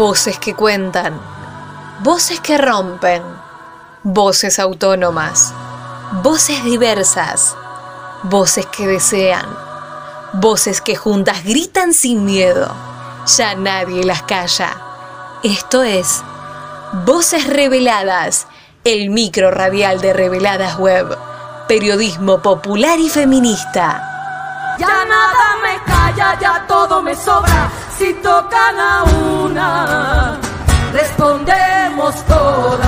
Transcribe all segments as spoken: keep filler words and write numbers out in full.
Voces que cuentan, voces que rompen, voces autónomas, voces diversas, voces que desean, voces que juntas gritan sin miedo. Ya nadie las calla. Esto es Voces Reveladas, el micro radial de Reveladas Web, periodismo popular y feminista. Ya nada me calla, ya todo me sobra. Si tocan a una, respondemos todas.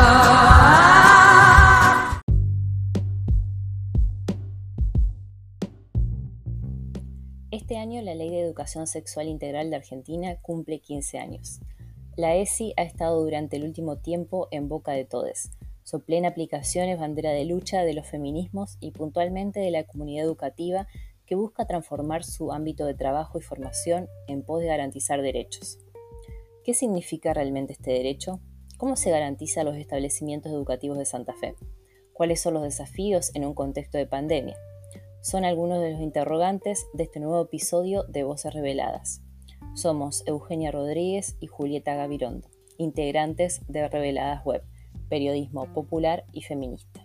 Este año la Ley de Educación Sexual Integral de Argentina cumple quince años. La E S I ha estado durante el último tiempo en boca de todes. Su plena aplicación es bandera de lucha de los feminismos y puntualmente de la comunidad educativa que busca transformar su ámbito de trabajo y formación en pos de garantizar derechos. ¿Qué significa realmente este derecho? ¿Cómo se garantiza a los establecimientos educativos de Santa Fe? ¿Cuáles son los desafíos en un contexto de pandemia? Son algunos de los interrogantes de este nuevo episodio de Voces Reveladas. Somos Eugenia Rodríguez y Julieta Gavirondo, integrantes de Reveladas Web, periodismo popular y feminista.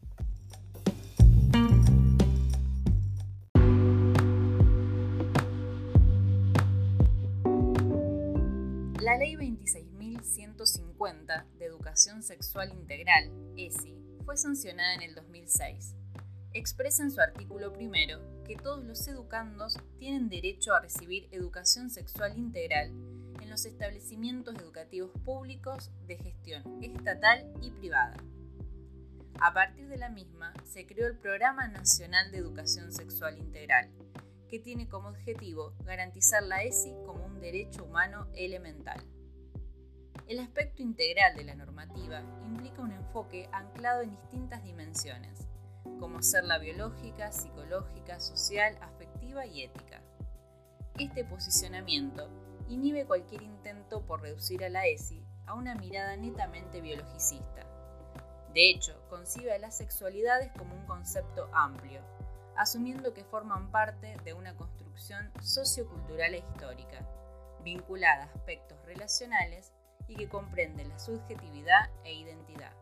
La Ley veintiséis mil ciento cincuenta de Educación Sexual Integral, E S I, fue sancionada en el dos mil seis. Expresa en su artículo primero que todos los educandos tienen derecho a recibir educación sexual integral en los establecimientos educativos públicos de gestión estatal y privada. A partir de la misma, se creó el Programa Nacional de Educación Sexual Integral, que tiene como objetivo garantizar la E S I como un derecho humano elemental. El aspecto integral de la normativa implica un enfoque anclado en distintas dimensiones, como ser la biológica, psicológica, social, afectiva y ética. Este posicionamiento inhibe cualquier intento por reducir a la E S I a una mirada netamente biologicista. De hecho, concibe a las sexualidades como un concepto amplio, asumiendo que forman parte de una construcción sociocultural e histórica, vinculada a aspectos relacionales y que comprende la subjetividad e identidad.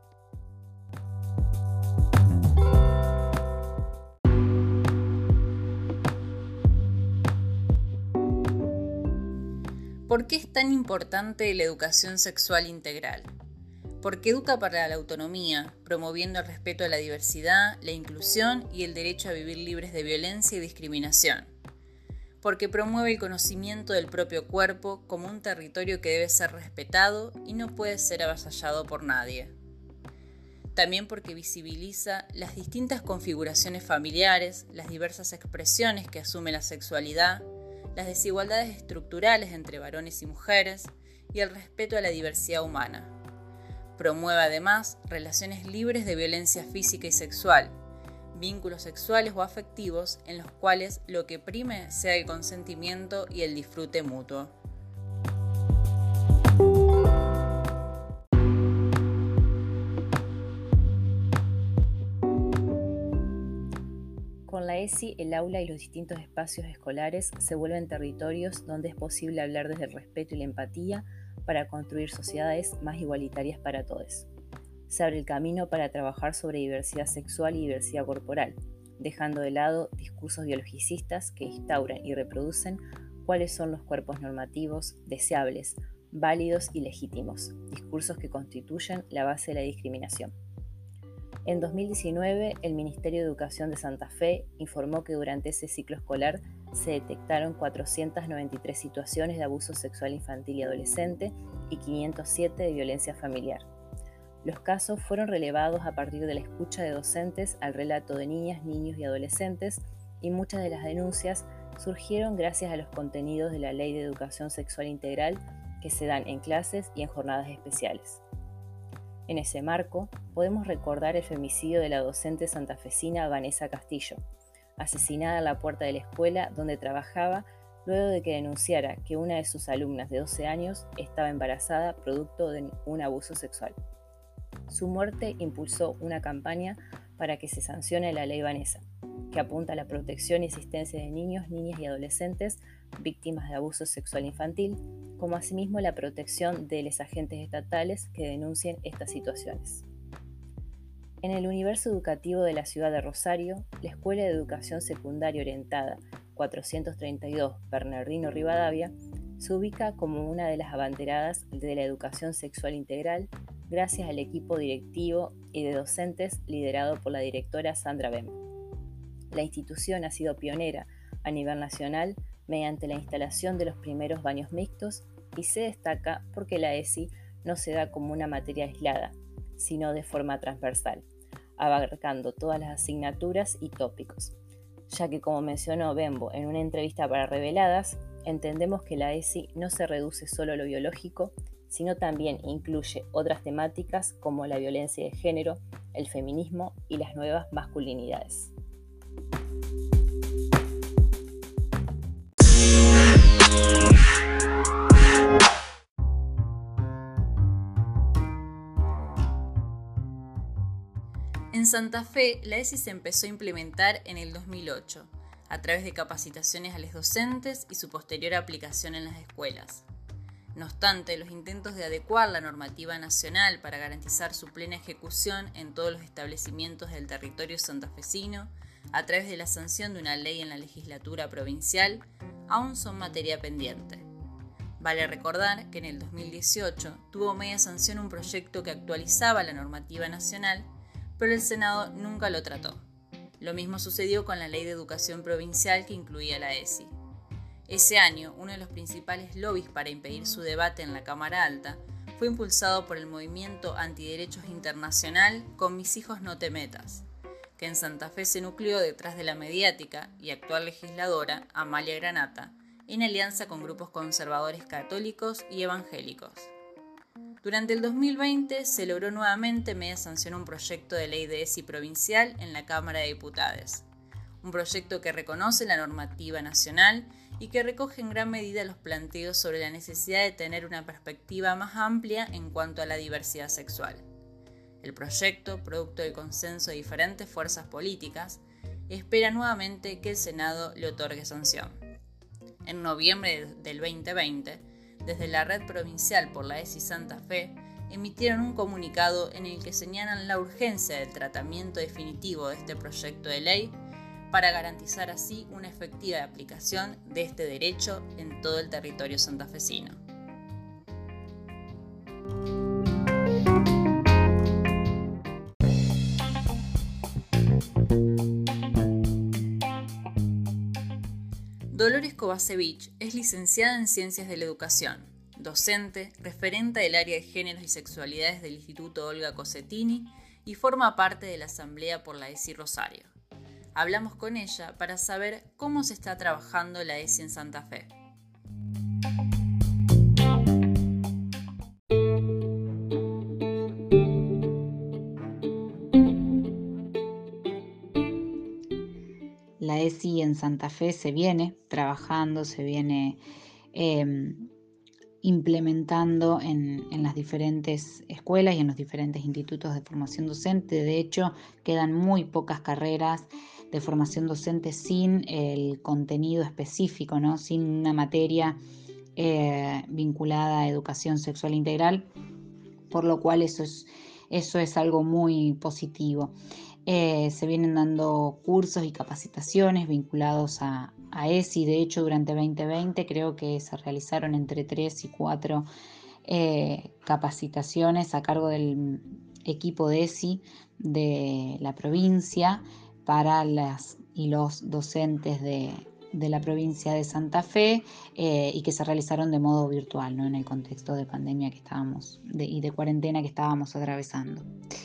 ¿Por qué es tan importante la educación sexual integral? Porque educa para la autonomía, promoviendo el respeto a la diversidad, la inclusión y el derecho a vivir libres de violencia y discriminación. Porque promueve el conocimiento del propio cuerpo como un territorio que debe ser respetado y no puede ser avasallado por nadie. También porque visibiliza las distintas configuraciones familiares, las diversas expresiones que asume la sexualidad, las desigualdades estructurales entre varones y mujeres y el respeto a la diversidad humana. Promueve además relaciones libres de violencia física y sexual, vínculos sexuales o afectivos en los cuales lo que prime sea el consentimiento y el disfrute mutuo. Con la E S I, el aula y los distintos espacios escolares se vuelven territorios donde es posible hablar desde el respeto y la empatía para construir sociedades más igualitarias para todos. Se abre el camino para trabajar sobre diversidad sexual y diversidad corporal, dejando de lado discursos biologicistas que instauran y reproducen cuáles son los cuerpos normativos, deseables, válidos y legítimos, discursos que constituyen la base de la discriminación. En dos mil diecinueve, el Ministerio de Educación de Santa Fe informó que durante ese ciclo escolar se detectaron cuatrocientas noventa y tres situaciones de abuso sexual infantil y adolescente y quinientos siete de violencia familiar. Los casos fueron relevados a partir de la escucha de docentes al relato de niñas, niños y adolescentes, y muchas de las denuncias surgieron gracias a los contenidos de la Ley de Educación Sexual Integral que se dan en clases y en jornadas especiales. En ese marco, podemos recordar el femicidio de la docente santafesina Vanessa Castillo, asesinada en la puerta de la escuela donde trabajaba luego de que denunciara que una de sus alumnas de doce años estaba embarazada producto de un abuso sexual. Su muerte impulsó una campaña para que se sancione la Ley Vanessa, que apunta a la protección y asistencia de niños, niñas y adolescentes víctimas de abuso sexual infantil, como asimismo la protección de los agentes estatales que denuncien estas situaciones. En el universo educativo de la ciudad de Rosario, la Escuela de Educación Secundaria Orientada cuatrocientos treinta y dos Bernardino Rivadavia se ubica como una de las abanderadas de la educación sexual integral gracias al equipo directivo y de docentes liderado por la directora Sandra Bem. La institución ha sido pionera a nivel nacional mediante la instalación de los primeros baños mixtos y se destaca porque la E S I no se da como una materia aislada, sino de forma transversal, abarcando todas las asignaturas y tópicos, ya que como mencionó Bembo en una entrevista para Reveladas, entendemos que la E S I no se reduce solo a lo biológico, sino también incluye otras temáticas como la violencia de género, el feminismo y las nuevas masculinidades. En Santa Fe, la E S I se empezó a implementar en el dos mil ocho, a través de capacitaciones a los docentes y su posterior aplicación en las escuelas. No obstante, los intentos de adecuar la normativa nacional para garantizar su plena ejecución en todos los establecimientos del territorio santafesino, a través de la sanción de una ley en la legislatura provincial, aún son materia pendiente. Vale recordar que en el dos mil dieciocho tuvo media sanción un proyecto que actualizaba la normativa nacional, pero el Senado nunca lo trató. Lo mismo sucedió con la Ley de Educación Provincial que incluía la E S I. Ese año, uno de los principales lobbies para impedir su debate en la Cámara Alta fue impulsado por el movimiento antiderechos internacional Con mis hijos no te metas, que en Santa Fe se nucleó detrás de la mediática y actual legisladora Amalia Granata, en alianza con grupos conservadores católicos y evangélicos. Durante el dos mil veinte se logró nuevamente media sanción un proyecto de ley de E S I provincial en la Cámara de Diputados, un proyecto que reconoce la normativa nacional y que recoge en gran medida los planteos sobre la necesidad de tener una perspectiva más amplia en cuanto a la diversidad sexual. El proyecto, producto del consenso de diferentes fuerzas políticas, espera nuevamente que el Senado le otorgue sanción. En noviembre del veinte veinte, desde la Red Provincial por la E S I Santa Fe, emitieron un comunicado en el que señalan la urgencia del tratamiento definitivo de este proyecto de ley para garantizar así una efectiva aplicación de este derecho en todo el territorio santafesino. Dolores Kovacevic es licenciada en Ciencias de la Educación, docente, referente del área de géneros y sexualidades del Instituto Olga Cossetini y forma parte de la Asamblea por la E S I Rosario. Hablamos con ella para saber cómo se está trabajando la E S I en Santa Fe. La E S I en Santa Fe se viene trabajando, se viene eh, implementando en, en las diferentes escuelas y en los diferentes institutos de formación docente. De hecho, quedan muy pocas carreras de formación docente sin el contenido específico, ¿no? Sin una materia eh, vinculada a educación sexual integral, por lo cual eso es, eso es algo muy positivo. Eh, se vienen dando cursos y capacitaciones vinculados a, a E S I. De hecho, durante veinte veinte creo que se realizaron entre tres y cuatro eh, capacitaciones a cargo del equipo de E S I de la provincia para las y los docentes de, de la provincia de Santa Fe eh, y que se realizaron de modo virtual, ¿no? En el contexto de pandemia que estábamos de, y de cuarentena que estábamos atravesando.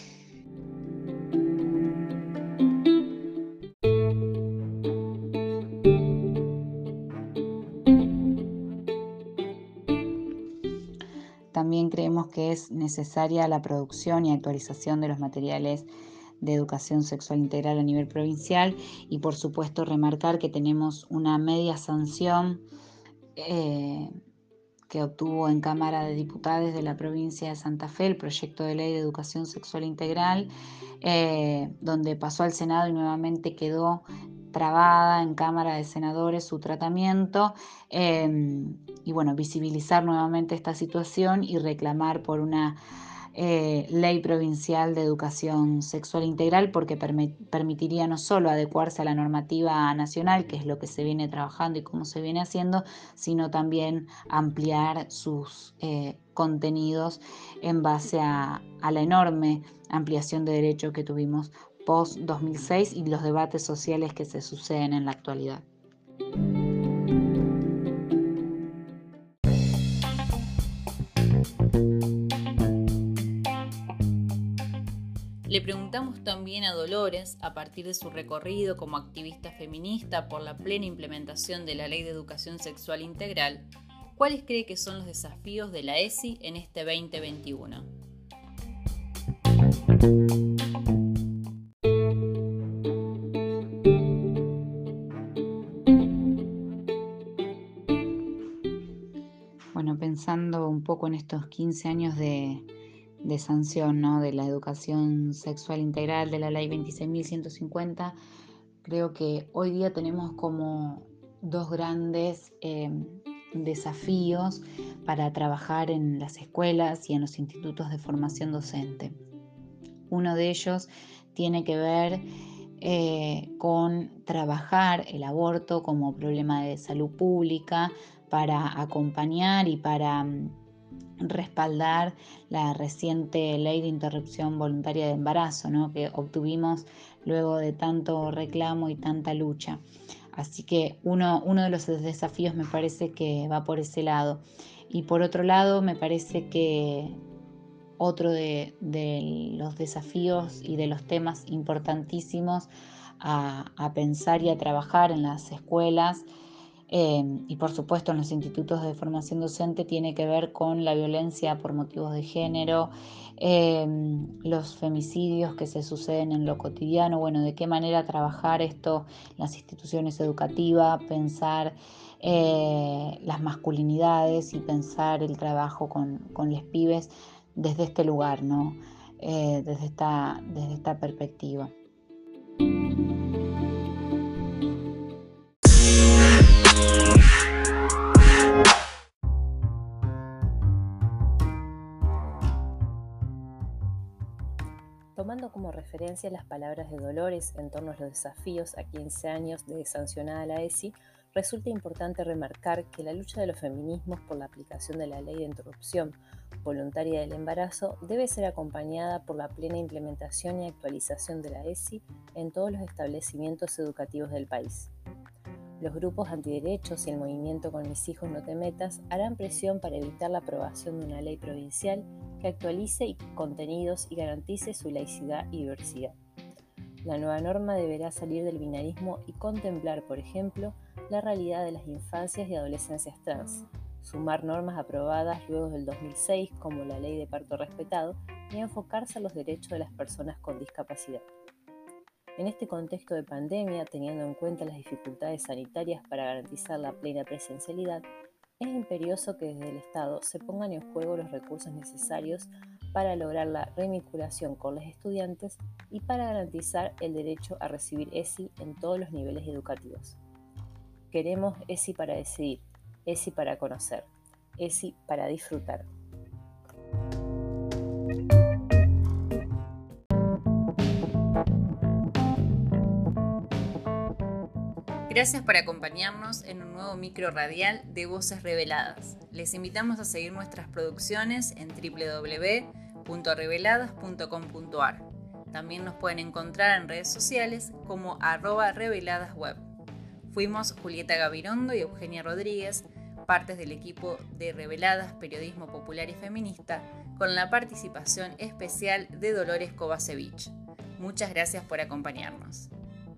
También creemos que es necesaria la producción y actualización de los materiales de educación sexual integral a nivel provincial y por supuesto remarcar que tenemos una media sanción eh, que obtuvo en Cámara de Diputados de la provincia de Santa Fe el proyecto de ley de educación sexual integral, eh, donde pasó al Senado y nuevamente quedó trabada en Cámara de Senadores su tratamiento eh, y bueno, visibilizar nuevamente esta situación y reclamar por una eh, ley provincial de educación sexual integral, porque permi- permitiría no solo adecuarse a la normativa nacional, que es lo que se viene trabajando y cómo se viene haciendo, sino también ampliar sus eh, contenidos en base a, a la enorme ampliación de derechos que tuvimos post dos mil seis y los debates sociales que se suceden en la actualidad. Le preguntamos también a Dolores, a partir de su recorrido como activista feminista por la plena implementación de la Ley de Educación Sexual Integral, ¿cuáles cree que son los desafíos de la ESI en este veinte veintiuno? Bueno, pensando un poco en estos quince años de, de sanción, ¿no?, de la educación sexual integral, de la ley veintiséis mil ciento cincuenta, creo que hoy día tenemos como dos grandes eh, desafíos para trabajar en las escuelas y en los institutos de formación docente. Uno de ellos tiene que ver eh, con trabajar el aborto como problema de salud pública, para acompañar y para um, respaldar la reciente ley de interrupción voluntaria de embarazo, ¿no?, que obtuvimos luego de tanto reclamo y tanta lucha. Así que uno, uno de los desafíos me parece que va por ese lado. Y por otro lado, me parece que otro de, de los desafíos y de los temas importantísimos a, a pensar y a trabajar en las escuelas Eh, y por supuesto en los institutos de formación docente tiene que ver con la violencia por motivos de género, eh, los femicidios que se suceden en lo cotidiano, bueno, de qué manera trabajar esto en las instituciones educativas, pensar eh, las masculinidades y pensar el trabajo con, con les pibes desde este lugar, ¿no? Eh, desde esta, desde esta perspectiva. Tomando como referencia las palabras de Dolores en torno a los desafíos a quince años de sancionada la ESI, resulta importante remarcar que la lucha de los feminismos por la aplicación de la Ley de Interrupción Voluntaria del Embarazo debe ser acompañada por la plena implementación y actualización de la ESI en todos los establecimientos educativos del país. Los grupos antiderechos y el movimiento Con Mis Hijos No Te Metas harán presión para evitar la aprobación de una ley provincial que actualice contenidos y garantice su laicidad y diversidad. La nueva norma deberá salir del binarismo y contemplar, por ejemplo, la realidad de las infancias y adolescencias trans, sumar normas aprobadas luego del dos mil seis como la Ley de Parto Respetado y enfocarse en los derechos de las personas con discapacidad. En este contexto de pandemia, teniendo en cuenta las dificultades sanitarias para garantizar la plena presencialidad, es imperioso que desde el Estado se pongan en juego los recursos necesarios para lograr la revinculación con los estudiantes y para garantizar el derecho a recibir ESI en todos los niveles educativos. Queremos ESI para decidir, ESI para conocer, ESI para disfrutar. Gracias por acompañarnos en un nuevo micro radial de Voces Reveladas. Les invitamos a seguir nuestras producciones en doble u doble u doble u punto reveladas punto com punto a r. También nos pueden encontrar en redes sociales como arroba reveladasweb. Fuimos Julieta Gabirondo y Eugenia Rodríguez, partes del equipo de Reveladas Periodismo Popular y Feminista, con la participación especial de Dolores Kovacevic. Muchas gracias por acompañarnos.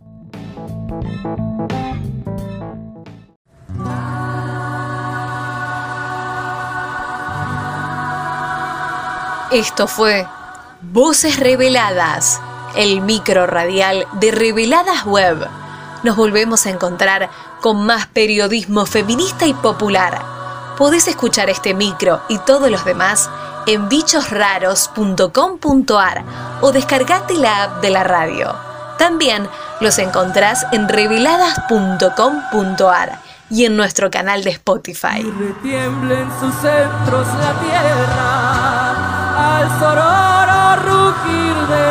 Esto fue Voces Reveladas, el micro radial de Reveladas Web. Nos volvemos a encontrar con más periodismo feminista y popular. Podés escuchar este micro y todos los demás en bichos raros punto com punto a r o descargate la app de la radio. También Los encontrás en reveladas punto com punto ar y en nuestro canal de Spotify. Y retiembla en sus centros la tierra al sonoro rugir de